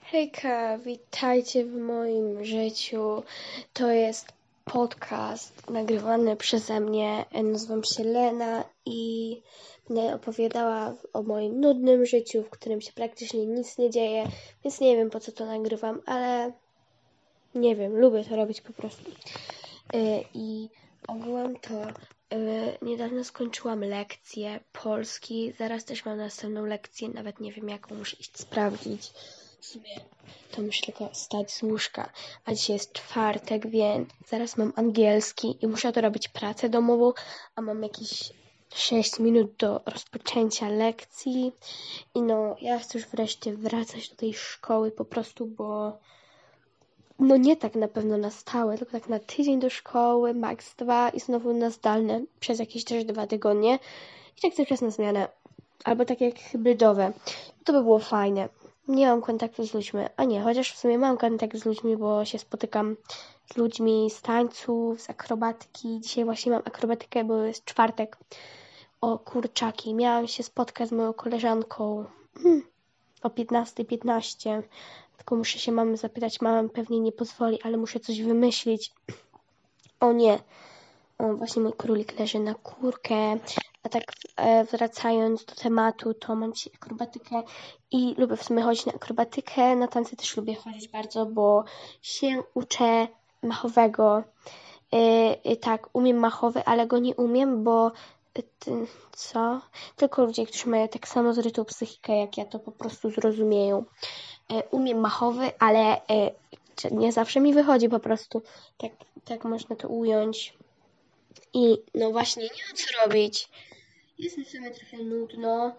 Hejka, witajcie w moim życiu. To jest podcast nagrywany przeze mnie. Nazywam się Lena i będę opowiadała o moim nudnym życiu, w którym się praktycznie nic nie dzieje, więc nie wiem, po co to nagrywam, ale nie wiem, lubię to robić po prostu. I ogółem to niedawno skończyłam lekcję polski, zaraz też mam następną lekcję, nawet nie wiem jaką, muszę iść sprawdzić. W sumie to muszę tylko wstać z łóżka, a dzisiaj jest czwartek, więc zaraz mam angielski i muszę to robić pracę domową, a mam jakieś 6 minut do rozpoczęcia lekcji i no, ja chcę już wreszcie wracać do tej szkoły po prostu, bo no nie tak na pewno na stałe, tylko tak na tydzień do szkoły, max 2 i znowu na zdalne przez jakieś też 2 tygodnie i tak cały czas na zmianę. Albo tak jak hybrydowe. To by było fajne. Nie mam kontaktu z ludźmi, a nie, chociaż w sumie mam kontakt z ludźmi, bo się spotykam z ludźmi z tańców, z akrobatyki. Dzisiaj właśnie mam akrobatykę, bo jest czwartek. O kurczaki, miałam się spotkać z moją koleżanką o 15:15. Tylko muszę się mamy zapytać, mama pewnie nie pozwoli, ale muszę coś wymyślić. O nie, właśnie mój królik leży na kurkę. A tak wracając do tematu, to mam dzisiaj akrobatykę i lubię w sumie chodzić na akrobatykę. Na tańce też lubię chodzić bardzo, bo się uczę machowego. Tak, umiem machowy, ale go nie umiem, bo co? Tylko ludzie, którzy mają tak samo zrytą psychikę jak ja, to po prostu zrozumieją. Umiem machowy, ale nie zawsze mi wychodzi po prostu. Tak można to ująć. I no właśnie, nie wiem co robić. Jest mi w sumie trochę nudno,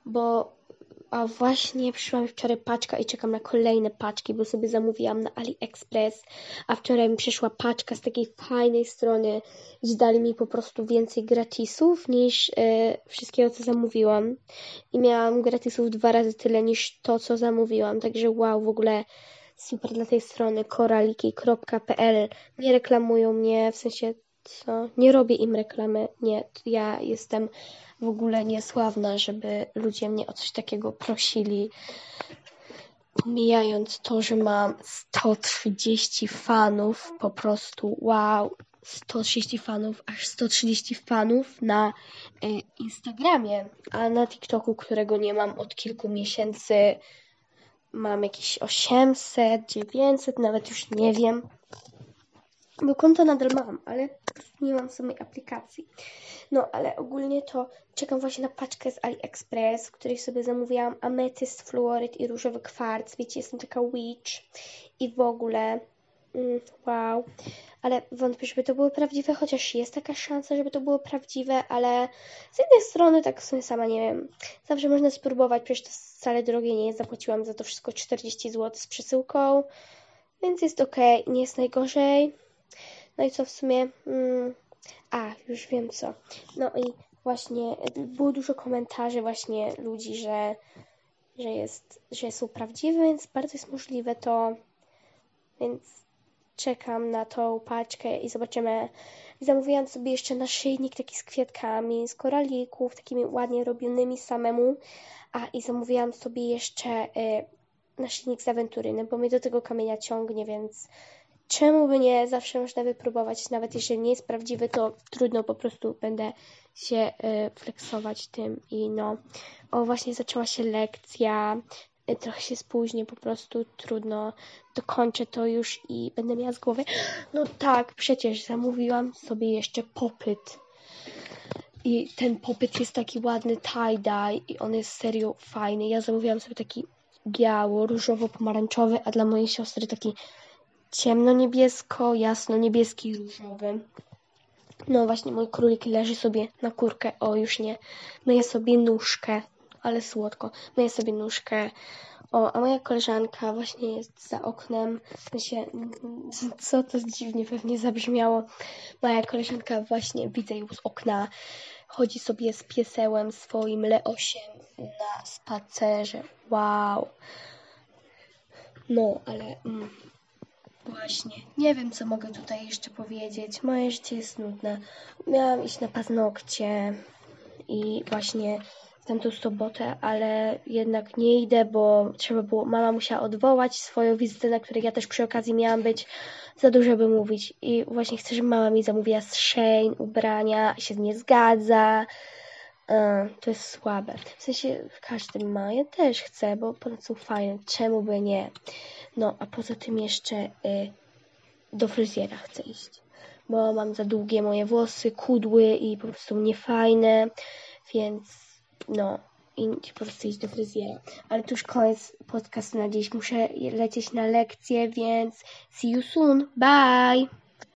a właśnie przyszła mi wczoraj paczka i czekam na kolejne paczki, bo sobie zamówiłam na AliExpress, a wczoraj mi przyszła paczka z takiej fajnej strony, gdzie dali mi po prostu więcej gratisów niż wszystkiego, co zamówiłam. I miałam gratisów 2 razy tyle niż to, co zamówiłam, także wow, w ogóle super dla tej strony koraliki.pl. Nie reklamują mnie, w sensie co? Nie robię im reklamy. Nie, ja jestem w ogóle niesławna, żeby ludzie mnie o coś takiego prosili. Pomijając to, że mam 130 fanów, po prostu wow, 130 fanów, aż 130 fanów na Instagramie, a na TikToku, którego nie mam od kilku miesięcy, mam jakieś 800, 900, nawet już nie wiem. Bo konto nadal mam, ale nie mam samej aplikacji. No, ale ogólnie to czekam właśnie na paczkę z AliExpress, w której sobie zamówiłam ametyst, fluoryt i różowy kwarc. Wiecie, jestem taka witch i w ogóle wow. Ale wątpię, żeby to było prawdziwe, chociaż jest taka szansa, żeby to było prawdziwe, ale z jednej strony tak w sumie sama nie wiem. Zawsze można spróbować, przecież to wcale drogie nie jest. Zapłaciłam za to wszystko 40 zł z przesyłką, więc jest okej, nie jest najgorzej. No i co w sumie? Już wiem co. No i właśnie było dużo komentarzy właśnie ludzi, że są prawdziwe, więc bardzo jest możliwe to. Więc czekam na tą paczkę i zobaczymy. Zamówiłam sobie jeszcze naszyjnik taki z kwiatkami, z koralików, takimi ładnie robionymi samemu. I zamówiłam sobie jeszcze naszyjnik z awenturyny, bo mnie do tego kamienia ciągnie, więc czemu by nie? Zawsze można wypróbować. Nawet jeżeli nie jest prawdziwy, to trudno, po prostu będę się flexować tym i no. Właśnie zaczęła się lekcja. Trochę się spóźnię, po prostu trudno. Dokończę to już i będę miała z głowy. No tak, przecież zamówiłam sobie jeszcze popyt. I ten popyt jest taki ładny tie-dye i on jest serio fajny. Ja zamówiłam sobie taki biało-różowo-pomarańczowy, a dla mojej siostry taki ciemno-niebiesko, jasno-niebieski, różowy. No właśnie, mój królik leży sobie na kurkę. O, już nie. Myję sobie nóżkę, ale słodko. Myję sobie nóżkę. A moja koleżanka właśnie jest za oknem. W sensie, co to dziwnie pewnie zabrzmiało. Moja koleżanka właśnie, widzę ją z okna. Chodzi sobie z piesełem swoim Leosiem na spacerze. Wow. No, ale właśnie, nie wiem, co mogę tutaj jeszcze powiedzieć. Moje życie jest nudne. Miałam iść na paznokcie i właśnie w tamtą sobotę, ale jednak nie idę, bo mama musiała odwołać swoją wizytę, na której ja też przy okazji miałam być. Za dużo by mówić. I właśnie chcę, żeby mama mi zamówiła z Shein ubrania, się nie zgadza. To jest słabe. W sensie każdy ma, ja też chcę, bo ponad są fajne. Czemu by nie? No, a poza tym jeszcze do fryzjera chcę iść, bo mam za długie moje włosy, kudły i po prostu niefajne, więc no i po prostu iść do fryzjera. Ale to już koniec podcastu na dziś. Muszę lecieć na lekcję, więc see you soon. Bye!